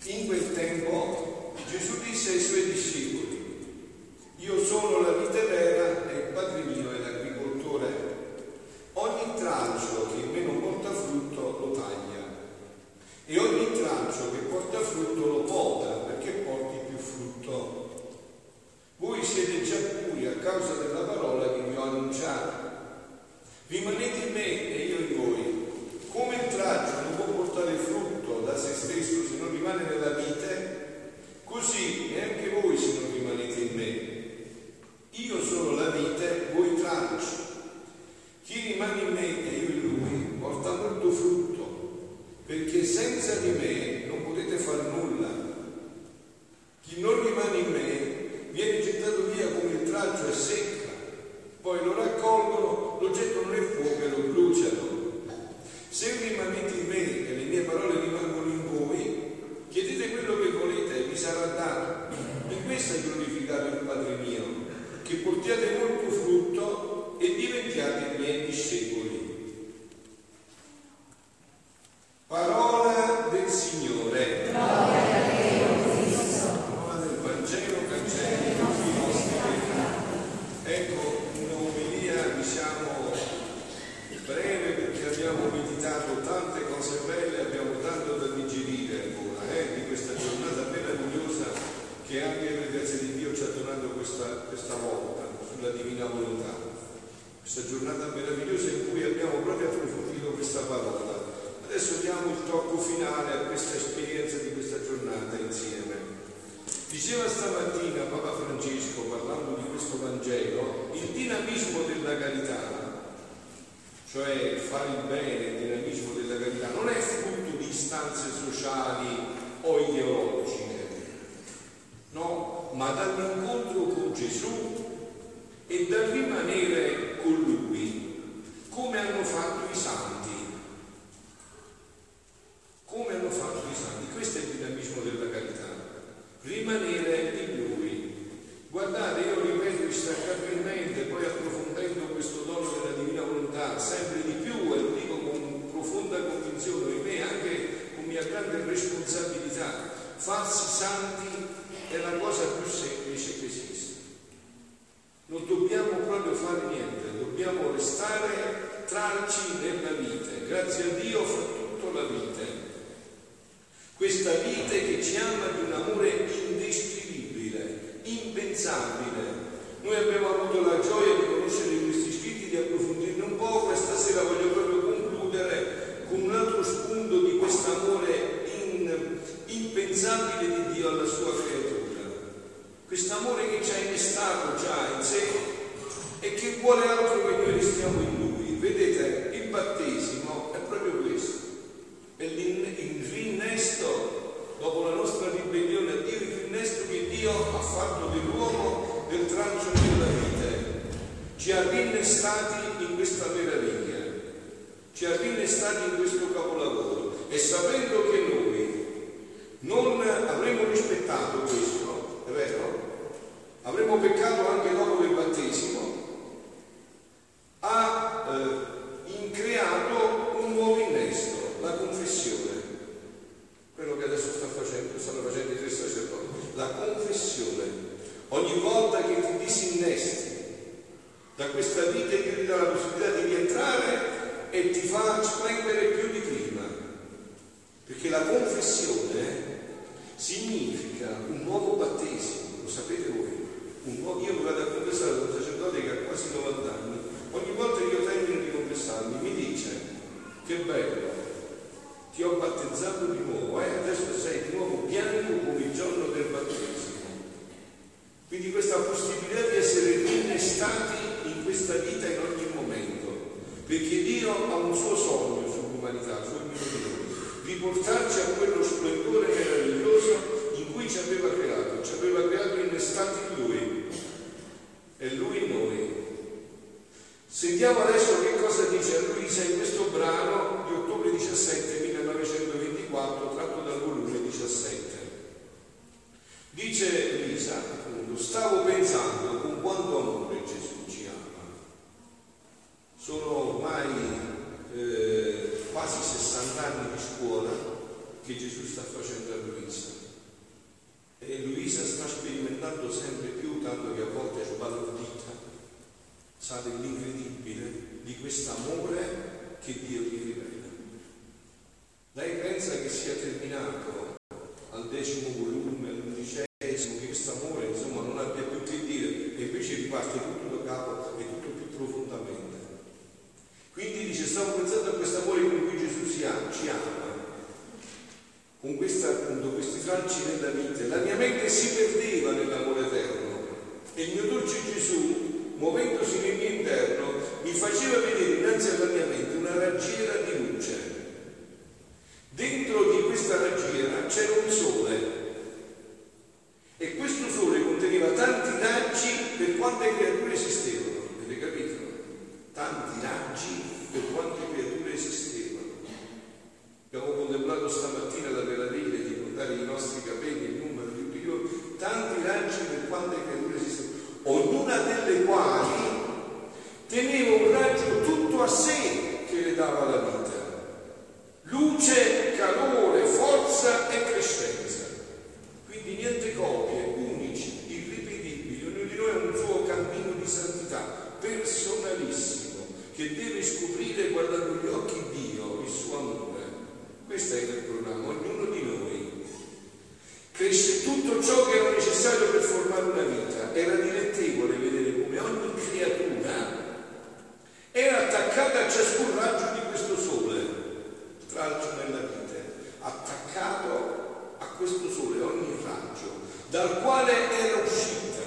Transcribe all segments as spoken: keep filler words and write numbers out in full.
In quel tempo Gesù disse ai suoi discepoli: io sono la vite vera e il Padre mio è l'agricoltore. Ogni tralcio che in me non porta frutto lo taglia, e ogni tralcio che porta frutto lo poda, perché porti più frutto. Voi siete già puri a causa della parola che vi ho annunciato. Rimanete in me e io in voi. Come il tralcio non può portare frutto da se stesso se non rimane nella vite, così neanche voi se non rimanete in me. Io sono la vite, voi tralci. Chi rimane in me e io in lui porta molto frutto, perché senza di me non potete fare nulla. Chi non rimane in me viene gettato via come il tralcio e secca, poi lo raccolgono, lo gettano nel fuoco e lo bruciano. Se rimanete in me e le mie parole rimangono in voi, chiedete quello che volete e vi sarà dato. In questo è glorificato il Padre mio, che portiate molto frutto e diventiate miei discepoli. Parola del Signore. Parola del Vangelo cancelli tutti i nostri peccati. Ecco un'omelia, diciamo, breve, perché abbiamo meditato tante cose belle, abbiamo tanto da digerire ancora eh, di questa giornata meravigliosa che anche per grazia di Dio ci ha donato questa, questa volta sulla Divina Volontà. Questa giornata meravigliosa in cui abbiamo proprio approfondito questa parola. Adesso diamo il tocco finale a questa esperienza di questa giornata insieme. Diceva stamattina Papa Francesco, parlando di questo Vangelo, il dinamismo della carità, cioè fare il bene, il dinamismo della carità, non è frutto di istanze sociali o ideologiche, no, ma dall'incontro con Gesù e dal rimanere con Lui, come hanno fatto i santi. Come hanno fatto i santi? Questo è il dinamismo della carità, rimanere in Lui. Guardate, io ripeto instancablemente, poi approfondendo questo dono della Divina Volontà sempre di più, e lo dico con profonda convinzione, in me anche con mia grande responsabilità, farsi santi è la cosa più semplice che esiste. Non dobbiamo proprio fare niente, dobbiamo restare tralci nella vite. Grazie a Dio fa tutto la vite. Questa vite che ci ama di un amore indescrivibile, impensabile. Noi abbiamo avuto la gioia di conoscere questi scritti, di approfondirne un po'. Questa sera voglio proprio concludere con un altro spunto di questo amore in, impensabile di Dio alla sua creatura. Quest'amore che ci ha innestato già in sé e che vuole altro che noi restiamo in Lui. Vedete, il battesimo è proprio questo, è il rinnesto dopo la nostra ribellione a Dio, il rinnesto che Dio ha fatto dell'uomo del tralcio della vite. Ci ha rinnestati in questa meraviglia, ci ha rinnestati in questo capolavoro, e sapendo che noi non avremo rispettato questo, è vero? Avremo peccato anche dopo il battesimo, ha eh, increato un nuovo innesto, la confessione. Quello che adesso sta facendo, stanno facendo i tre sacerdoti, la confessione. Ogni volta che ti disinnesti da questa vita, ti dà la possibilità di rientrare e ti fa splendere più di prima, perché la confessione significa un nuovo battesimo, lo sapete voi. Un nuovo, io vado a confessare da un sacerdote che ha quasi novanta anni, ogni volta che io termino di confessarmi mi dice: che bello, ti ho battezzato di nuovo, eh? Adesso sei di nuovo bianco come il giorno del battesimo. Quindi questa possibilità di essere rinnestati in questa vita in ogni momento, perché Dio ha un suo sogno sull'umanità, da Luisa. E Luisa sta sperimentando sempre più, tanto che a volte è sbalordita, sa dell'incredibile di quest'amore che Dio gli rivela. Lei pensa che sia terminato al decimo volume, all'undicesimo, che quest'amore insomma non abbia più che dire, e invece riparte tutto da capo e tutto più profondamente. Quindi dice: stavo pensando a quest'amore con cui Gesù si ama, ci ama, con questa, appunto, questi tralci nella vita. La mia mente si perdeva nell'amore eterno e il mio dolce Gesù, muovendosi nel mio interno, mi faceva vedere innanzi alla mia mente una raggiera di luce. Dentro di questa raggiera c'era un sole e questo sole conteneva tanti raggi per quante creature esistevano. Avete capito? Tanti raggi per quante creature esistevano. Abbiamo contemplato stamattina la meraviglia di contare i nostri capelli, il numero di milioni, tanti raggi per quante creature esistevano, ognuna delle quali teneva un raggio tutto a sé che le dava la vita. Luce, calore, forza e crescenza. Quindi niente copie, unici, irripetibili. Ognuno di noi ha un suo cammino di santità personalissimo che deve scoprire guardando gli occhi Dio, il suo amore. Questo è il programma, ognuno di noi cresce tutto ciò che era necessario per formare una vita. Era dilettevole vedere come ogni creatura era attaccata a ciascun raggio di questo sole, tralcio nella vite, attaccato a questo sole, ogni raggio dal quale era uscita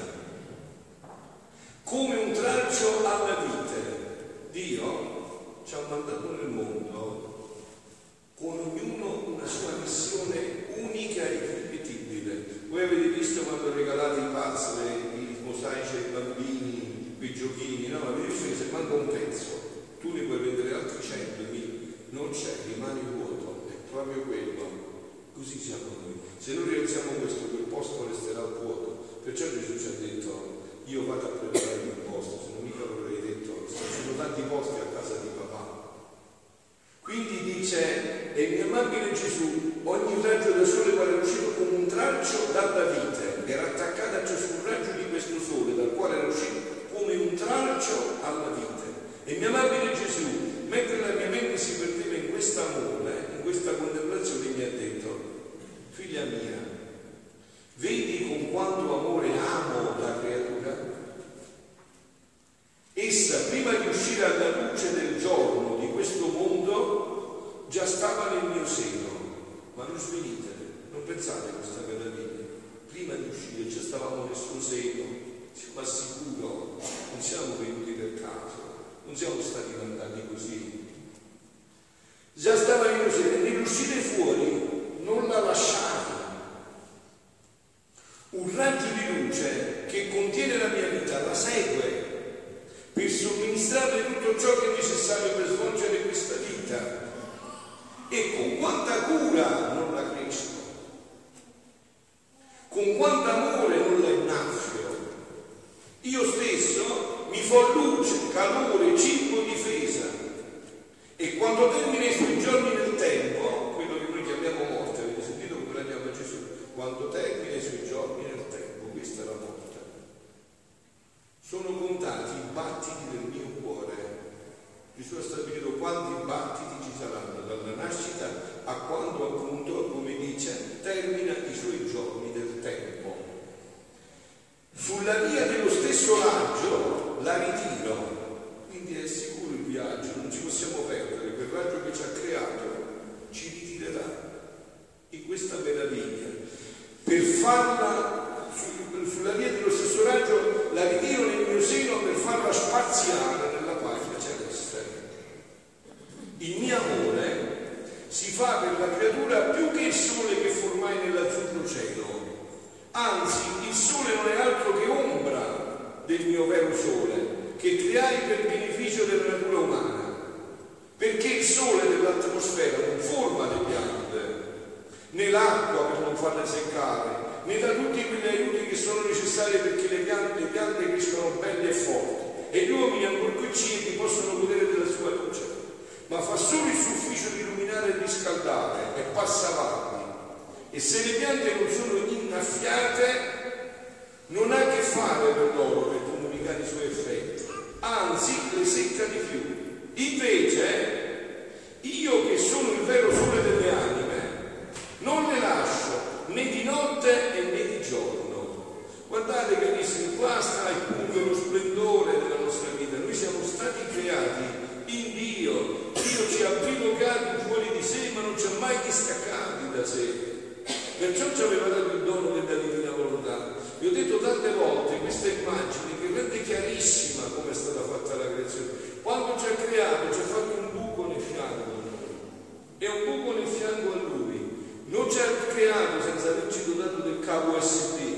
come un tralcio alla vite. Dio ci ha mandato nel mondo con ognuno una sua missione unica e irripetibile. Voi avete visto quando regalate i puzzle, i mosaici ai bambini, quei giochini, no? Avete visto che se manca un pezzo tu ne puoi prendere altri centomila, non c'è, rimane vuoto, è proprio quello. Così siamo noi. Se noi realizziamo questo, quel posto resterà vuoto. Perciò Gesù ci ha detto: io vado a preparare il posto, se non mica l'avrei detto, ci sono tanti posti a casa di papà. Quindi dice: e il mio amabile Gesù, ogni raggio del sole quale era uscito come un tralcio dalla vite, era attaccata a ciascun raggio di questo sole, dal quale era uscito come un tralcio alla vite. E il mio amabile Gesù, mentre la mia mente si perdeva in questa amore, in questa contemplazione, mi ha detto: figlia mia, vedi con quanto amore amo la creatura? Essa, prima di uscire alla luce del giorno di questo mondo, già stava nel mio seno. Ma non svenite, non pensate a questa meraviglia. Prima di uscire già stavamo nel suo seno, siamo al sicuro, non siamo venuti per caso, non siamo stati mandati così. Già stava nel mio seno e nell'uscire fuori non la lasciava. Un raggio di luce che contiene la mia vita la segue per somministrarle tutto ciò che è necessario per svolgere questa vita. E con quanta cura non la cresco, con quanto amore non la innaffio. Io stesso mi fo luce, calore, cibo, difesa. E quando termina i suoi giorni nel tempo, quello che noi chiamiamo morte, avete sentito come la chiama Gesù? Quando termina i suoi giorni nel tempo, questa è la morte. Sono contati i battiti del mio cuore. Gesù ha stabilito quanti battiti ci saranno dalla nascita a quando, appunto, come dice, termina i suoi giorni del tempo. Sulla via dello stesso raggio la ritiro. Quindi è sicuro il viaggio, non ci possiamo perdere, quel raggio che ci ha creato ci ritirerà in questa meraviglia. Per farla, su, sulla via dello stesso raggio, la ritiro nel mio seno per farla spaziare nella pagina celeste. Il mio amore si fa per la creatura più che il sole che formai nell'azzurro cielo. Anzi, il sole non è altro che ombra del mio vero sole, che creai per beneficio della natura umana, perché il sole dell'atmosfera non forma le piante, né l'acqua per non farle seccare, né da tutti quegli aiuti che sono necessari perché le piante, le piante crescano belle e forti, e gli uomini ancor più ciechi possono godere della sua luce, ma fa solo il suo ufficio di illuminare e riscaldare, e passa avanti. e se le piante non sono innaffiate non ha a che fare per loro per comunicare i suoi effetti, anzi le secca di più. Invece io, che sono il vero sole delle anime, non le lascio né di notte e né di giorno. Guardate carissimi, qua sta appunto lo splendore della nostra vita. Noi siamo stati creati in Dio, Dio ci ha prilogati fuori di sé, ma non ci ha mai distaccati da sé. Perciò ci aveva dato il dono della divina volontà. Vi ho detto tante volte questa immagine che rende chiarissima come è stata fatta la creazione. Quando ci ha creato, ci ha fatto un buco nel fianco a noi, e un buco nel fianco a lui. Non ci ha creato senza averci dotato del cavo U S B,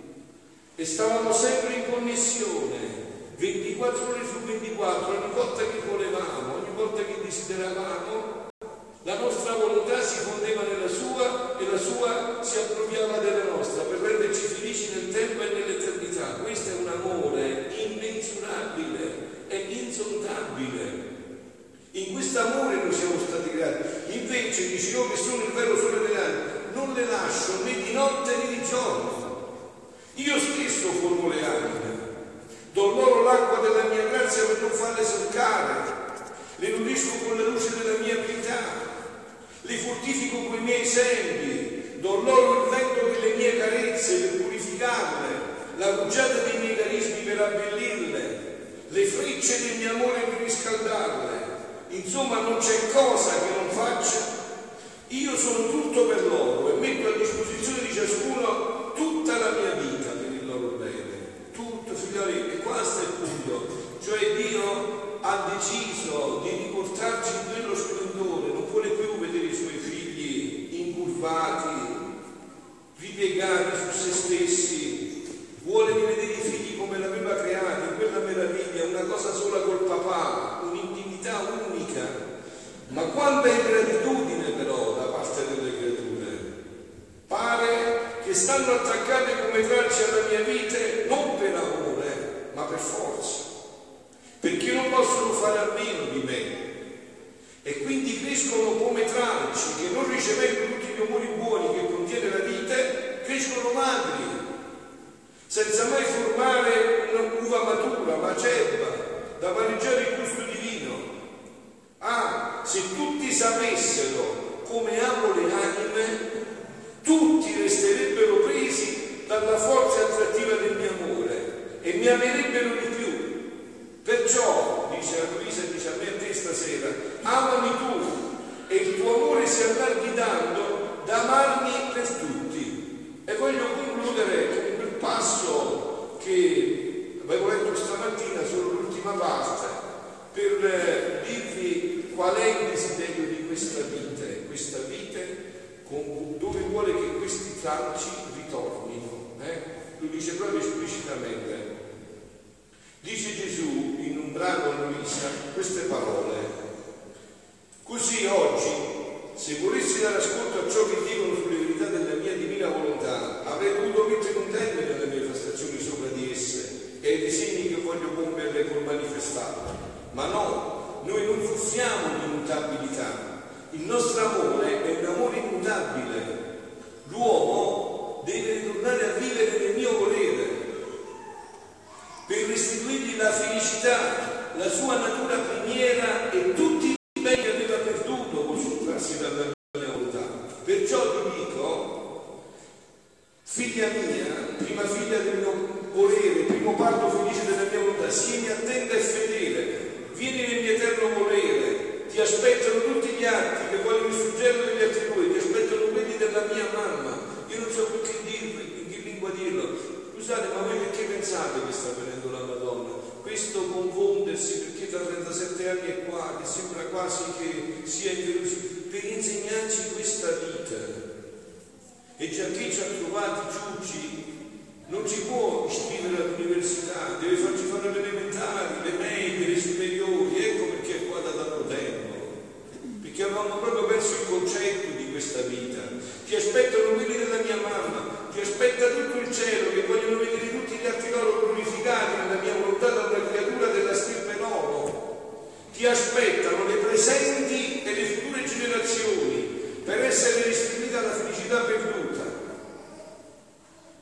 e stavamo sempre in connessione ventiquattro ore su ventiquattro. Ogni volta che volevamo, ogni volta che desideravamo, la nostra volontà si fondeva nella sua e la sua si appropriava della nostra per renderci felici nel tempo e nell'eternità. Questo è un amore immensurabile e insondabile. In questo amore noi siamo stati creati. Invece dice: io che sono il vero sole delle anime, non le lascio né di notte né di giorno. Io stesso formo le anime, do loro l'acqua della mia grazia per non farle seccare, le nutrisco con la luce della mia verità, le fortifico con i miei esempi, do loro il vento delle mie carezze per purificarle, la rugiada dei miei carismi per abbellirle, le frecce del mio amore per riscaldarle. Insomma, non c'è cosa che non faccia. Io sono tutto per loro e metto a disposizione di ciascuno tutta la mia vita per il loro bene. Tutto, figlioli, e qua sta il punto. Cioè Dio ha deciso di riportarci in quello splendore, non vuole più vedere i suoi figli incurvati, ripiegati su se stessi, vuole rivedere i figli come l'aveva creati, in quella meraviglia, una cosa sola col papà, un'intimità unica. Ma quanta ingratitudine però da parte delle creature. Pare che stanno attaccate come tracce alla mia vite non per amore, ma per forza, perché non possono fare a meno di me, e quindi crescono come tralci che, non ricevendo tutti gli umori buoni che contiene la vite, crescono magri, senza mai formare un'uva matura, macerba, da maneggiare il gusto divino. Ah, se tutti sapessero come amo le anime, tutti resterebbero presi dalla forza attrattiva del mio amore e mi amerebbero di più. Perciò, dice a Luisa e dice a me e a te stasera, amami tu e il tuo amore si allarghi dando da amarmi per tutti. E voglio concludere con quel passo che avevo letto stamattina, solo l'ultima parte, per dirvi qual è il desiderio di questa vite, questa vite con, dove vuole che questi tralci ritornino. Eh? Lo dice proprio esplicitamente. Dice Gesù in un brano a Luisa queste parole: così oggi, se volessi dare ascolto a ciò che dicono sulle verità della mia divina volontà, avrei dovuto mettere un termine alle mie prestazioni sopra di esse e ai disegni che voglio compierle col manifestato. Ma no, noi non soffriamo di immutabilità, il nostro amore è un amore immutabile. L'uomo deve ritornare a vivere nel mio volere per restituirgli la felicità, la sua natura primiera e tutti i beni che aveva perduto col sottrarsi dalla mia volontà. Perciò ti dico, figlia mia, prima figlia del mio volere, primo parto felice della mia volontà, sii attenta e fedele, vieni nel mio eterno volere, ti aspettano tutti gli atti che vogliono il suggello degli altri due, ti aspettano quelli della mia mamma. Io non so più che dirvi, in che lingua dirlo. Scusate, ma voi perché pensate che sta venendo la Madonna? Questo confondersi, perché da trentasette anni è qua, che sembra quasi che sia inverosimile, per insegnarci questa vita. E già chi ci ha trovati ciucci non ci può iscrivere all'università, deve farci fare le elementari, le medie, le superiori. Ecco perché è qua da tanto tempo, perché avevamo proprio perso il concetto di questa vita. Ti aspettano quelli della mia mamma, ti aspetta tutto il cielo, che vogliono vedere tutti gli atti loro glorificati nella mia volontà da una creatura della stirpe loro. Ti aspettano le presenti e le future generazioni per essere restituita la felicità perduta.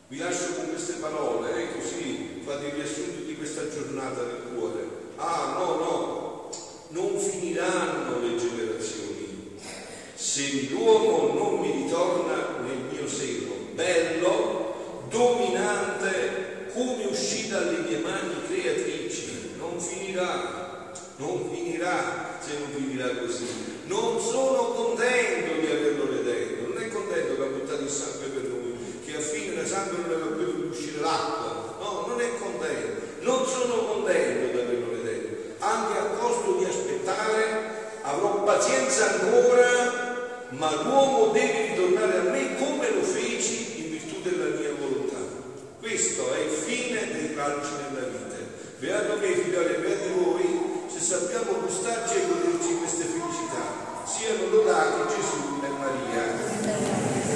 Vi lascio con queste parole, eh, così fate il riassunto di questa giornata del cuore. Ah, no, no, non finiranno le generazioni se l'uomo non mi ritorna nel mio seno, bello, dominante, come uscì dalle mie mani creatrici. Non finirà, non finirà se non finirà così. Non sono contento di averlo redento, non è contento che ha buttato il sangue per noi, che a fine del sangue non aveva quello di uscire l'acqua, no, non è contento, non sono contento di averlo redento, anche a costo di aspettare, avrò pazienza ancora, ma l'uomo deve ritornare a me come lo feci in virtù della mia volontà. Questo è il fine dei tralci nella vita. Beato me, figlioli, e beati voi, se sappiamo gustarci e goderci queste felicità. Siano lodati Gesù e Maria.